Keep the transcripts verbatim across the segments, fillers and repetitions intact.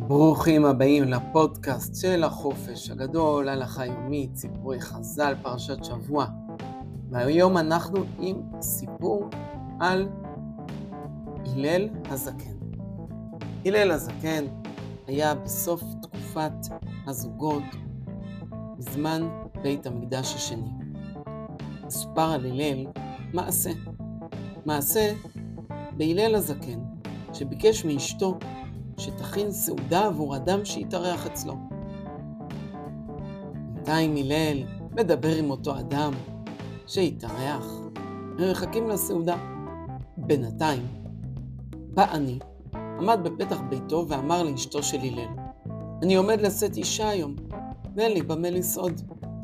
ברוכים הבאים לפודקאסט של החופש הגדול, הלכה יומית, סיפורי חז"ל, פרשת שבוע. והיום אנחנו עם סיפור על הלל הזקן. הלל הזקן היה בסוף תקופת הזוגות, בזמן בית המקדש השני. מסופר על הלל מעשה. מעשה בהלל הזקן, שביקש מאשתו שתכין סעודה עבור אדם שיתארח אצלו. בינתיים הלל מדבר עם אותו אדם שיתארח, הם מחכים לסעודה. בינתיים בא עני, עמד בפתח ביתו ואמר לאשתו של הלל, אני עומד לשאת אישה היום, ואין לי במה לסעוד.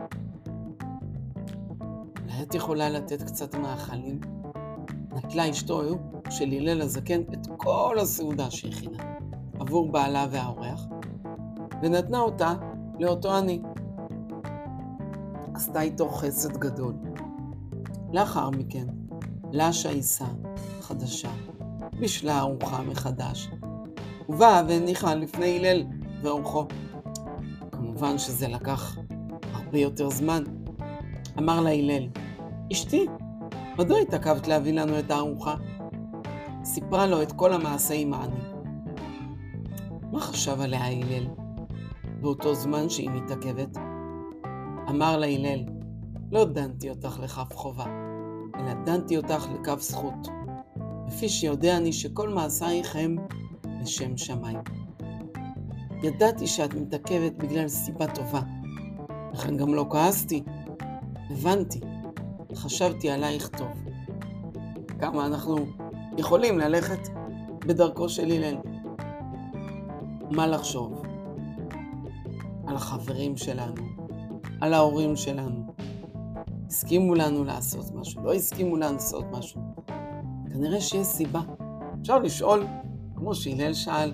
אולי את יכולה לתת קצת מאכלים? נטלה אשתו של הלל הזקן את כל הסעודה שהכינה עבור בעלה והאורח, ונתנה אותה לאותו עני. עשתה איתו חסד גדול. לאחר מכן, לשה עיסה חדשה, בישלה ארוחה מחדש, ובאה והניחה לפני הלל ואורחו. כמובן שזה לקח הרבה יותר זמן. אמר לה הלל, אשתי, מדוע התעכבת להביא לנו את הארוחה? סיפרה לו את כל המעשה עם העני. מה חשב עליה הלל? באותו זמן שהיא מתעכבת, אמר לה הלל, לא דנתי אותך לכף חובה, אלא דנתי אותך לכף זכות. לפי שיודע אני שכל מעשייך הם לשם שמיים. ידעתי שאת מתעכבת בגלל סיבה טובה, לכן גם לא כעסתי. הבנתי, חשבתי עלייך טוב. כמה אנחנו יכולים ללכת בדרכו של הלל. מה לחשוב? על החברים שלנו, על ההורים שלנו. הסכימו לנו לעשות משהו, לא הסכימו לעשות משהו. כנראה שיש סיבה. אפשר לשאול, כמו שהלל שאל.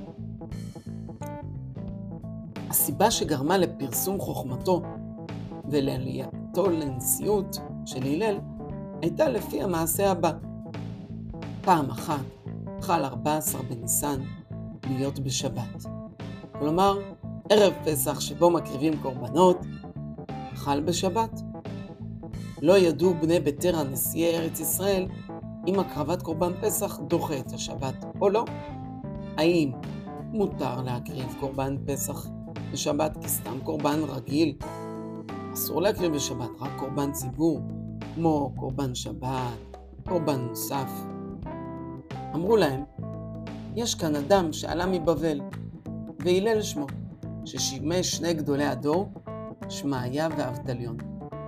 הסיבה שגרמה לפרסום חוכמתו ולעלייתו לנשיאות של הלל הייתה לפי המעשה הבא. פעם אחת חל ארבעה עשר בניסן להיות בשבת. כלומר, ערב פסח שבו מקריבים קורבנות, חל בשבת. לא ידעו בני ביתר נשיאי ארץ ישראל אם הקרבת קורבן פסח דוחה את השבת או לא. האם מותר להקריב קורבן פסח בשבת כסתם קורבן רגיל? אסור להקריב בשבת רק קורבן ציבור, כמו קורבן שבת, קורבן נוסף. אמרו להם, יש כאן אדם שעלה מבבל, והלל שמו, ששימש שני גדולי הדור, שמעיה ואבטליון.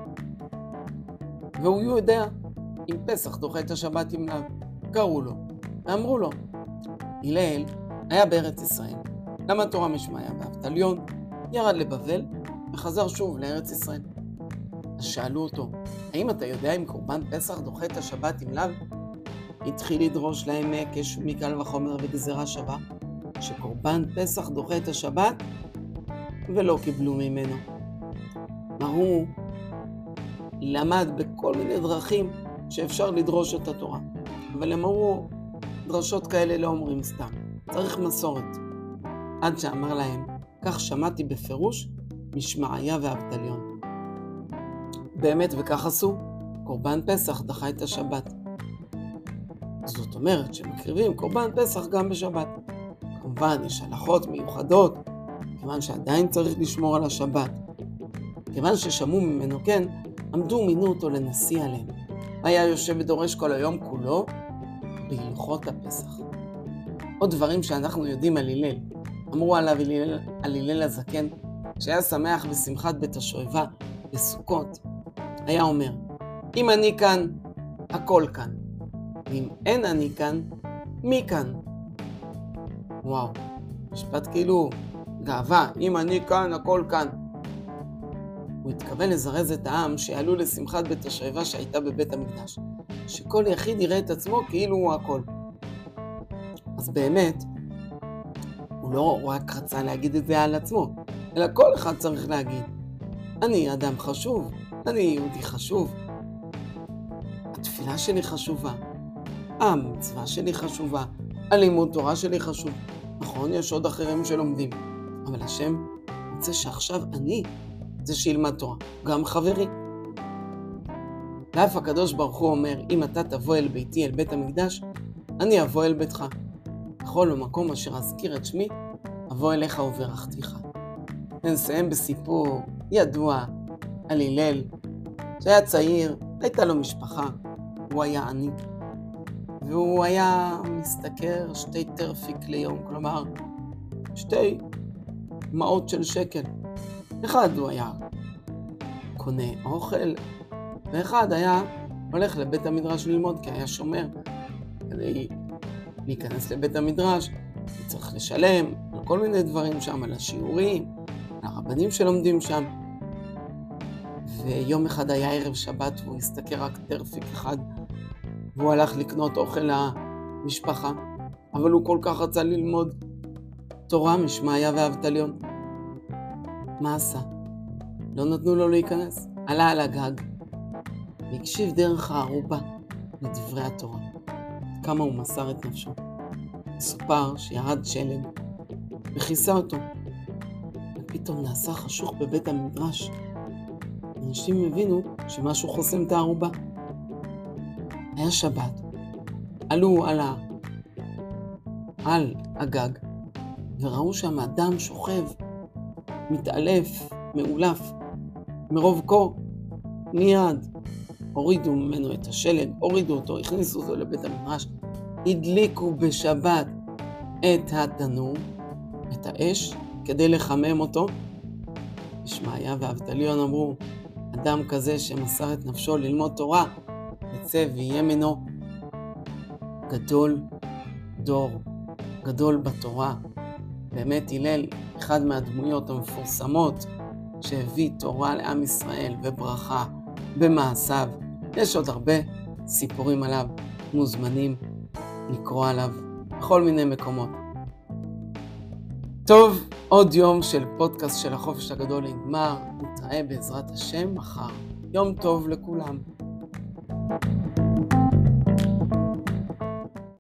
והוא יודע אם פסח דוחה את השבת אם לאו. קראו לו, ואמרו לו, הלל היה בארץ ישראל, למד תורה משמעיה ואבטליון, ירד לבבל וחזר שוב לארץ ישראל. אז שאלו אותו, האם אתה יודע אם קורבן פסח דוחה את השבת אם לאו? התחיל לדרוש להם מקש מקל וחומר וגזרה שווה, שקורבן פסח דוחה את השבת, ולא קיבלו ממנו. מה הוא למד בכל מיני דרכים שאפשר לדרוש את התורה, אבל הם אמרו, דרשות כאלה לא אומרים סתם, צריך מסורת. עד שאמר להם, כך שמעתי בפירוש משמעיה ואבטליון. באמת וכך עשו, קורבן פסח דחה את השבת. זאת אומרת שמקריבים קורבן פסח גם בשבת. כמובן יש הלכות מיוחדות, כיוון שעדיין צריך לשמור על השבת. כיוון ששמעו ממנו כן, עמדו מינו אותו לנשיא עליהם. היה יושב ודורש כל היום כולו בהלכות הפסח. עוד דברים שאנחנו יודעים על הלל. אמרו עליו הלל, על הלל הזקן, שהיה שמח בשמחת בית השואבה בסוכות. היה אומר, אם אני כאן, הכל כאן. ואם אין אני כאן, מי כאן? וואו, משפט כאילו גאווה, אם אני כאן, הכל כאן. הוא התכוון לזרז את העם שיעלו לשמחת בית השואבה שהייתה בבית המקדש, שכל יחיד יראה את עצמו כאילו הוא הכל. אז באמת, הוא לא רק רצה להגיד את זה על עצמו, אלא כל אחד צריך להגיד, אני אדם חשוב, אני יהודי חשוב, התפילה שלי חשובה, המצווה שלי חשובה, הלימוד תורה שלי חשוב. נכון, יש עוד אחרים שלומדים, אבל השם רוצה שעכשיו אני זה שילמד תורה, גם חברי. ואף הקדוש ברוך הוא אומר, אם אתה תבוא אל ביתי, אל בית המקדש, אני אבוא אל ביתך. בכל מקום אשר אזכיר את שמי, אבוא אליך וברכתיך. ונסיים בסיפור ידוע על הלל, שהיה צעיר, הייתה לו משפחה, הוא היה עני, והוא היה משתכר שתי טרפיק ליום, כלומר, שתי מעות של שקל. אחד הוא היה קונה אוכל, ואחד היה הולך לבית המדרש ללמוד, כי היה שומר. כדי להיכנס לבית המדרש, הוא צריך לשלם על כל מיני דברים שם, על השיעורים, על הרבנים שלומדים שם. ויום אחד היה ערב שבת, והוא הסתכל רק טרפיק אחד, והוא הלך לקנות אוכל למשפחה, אבל הוא כל כך רצה ללמוד תורה משמעיה ואבטליון. מה עשה? לא נתנו לו להיכנס. עלה על הגג, והקשיב דרך הערובה לדברי התורה. כמה הוא מסר את נפשו. סופר שירד שלג וכיסה אותו. ופתאום נעשה חשוך בבית המדרש. אנשים הבינו שמשהו חוסם את הערובה. היה שבת. עלו על, ה... על הגג, וראו שם אדם שוכב, מתעלף, מאולף, מרוב קור. מיד הורידו ממנו את השלג, הורידו אותו, הכניסו אותו לבית המדרש, הדליקו בשבת את התנור, את האש, כדי לחמם אותו. שמעיה ואבטליון אמרו, אדם כזה שמסר את נפשו ללמוד תורה, יצא ויהיה ממנו גדול דור, גדול בתורה. באמת הלל, אחד מהדמויות המפורסמות שהביא תורה לעם ישראל וברכה במעשיו. יש עוד הרבה סיפורים עליו, מוזמנים לקרוא עליו בכל מיני מקומות. טוב, עוד יום של פודקאסט של החופש הגדול נגמר. נתראה בעזרת השם מחר. יום טוב לכולם.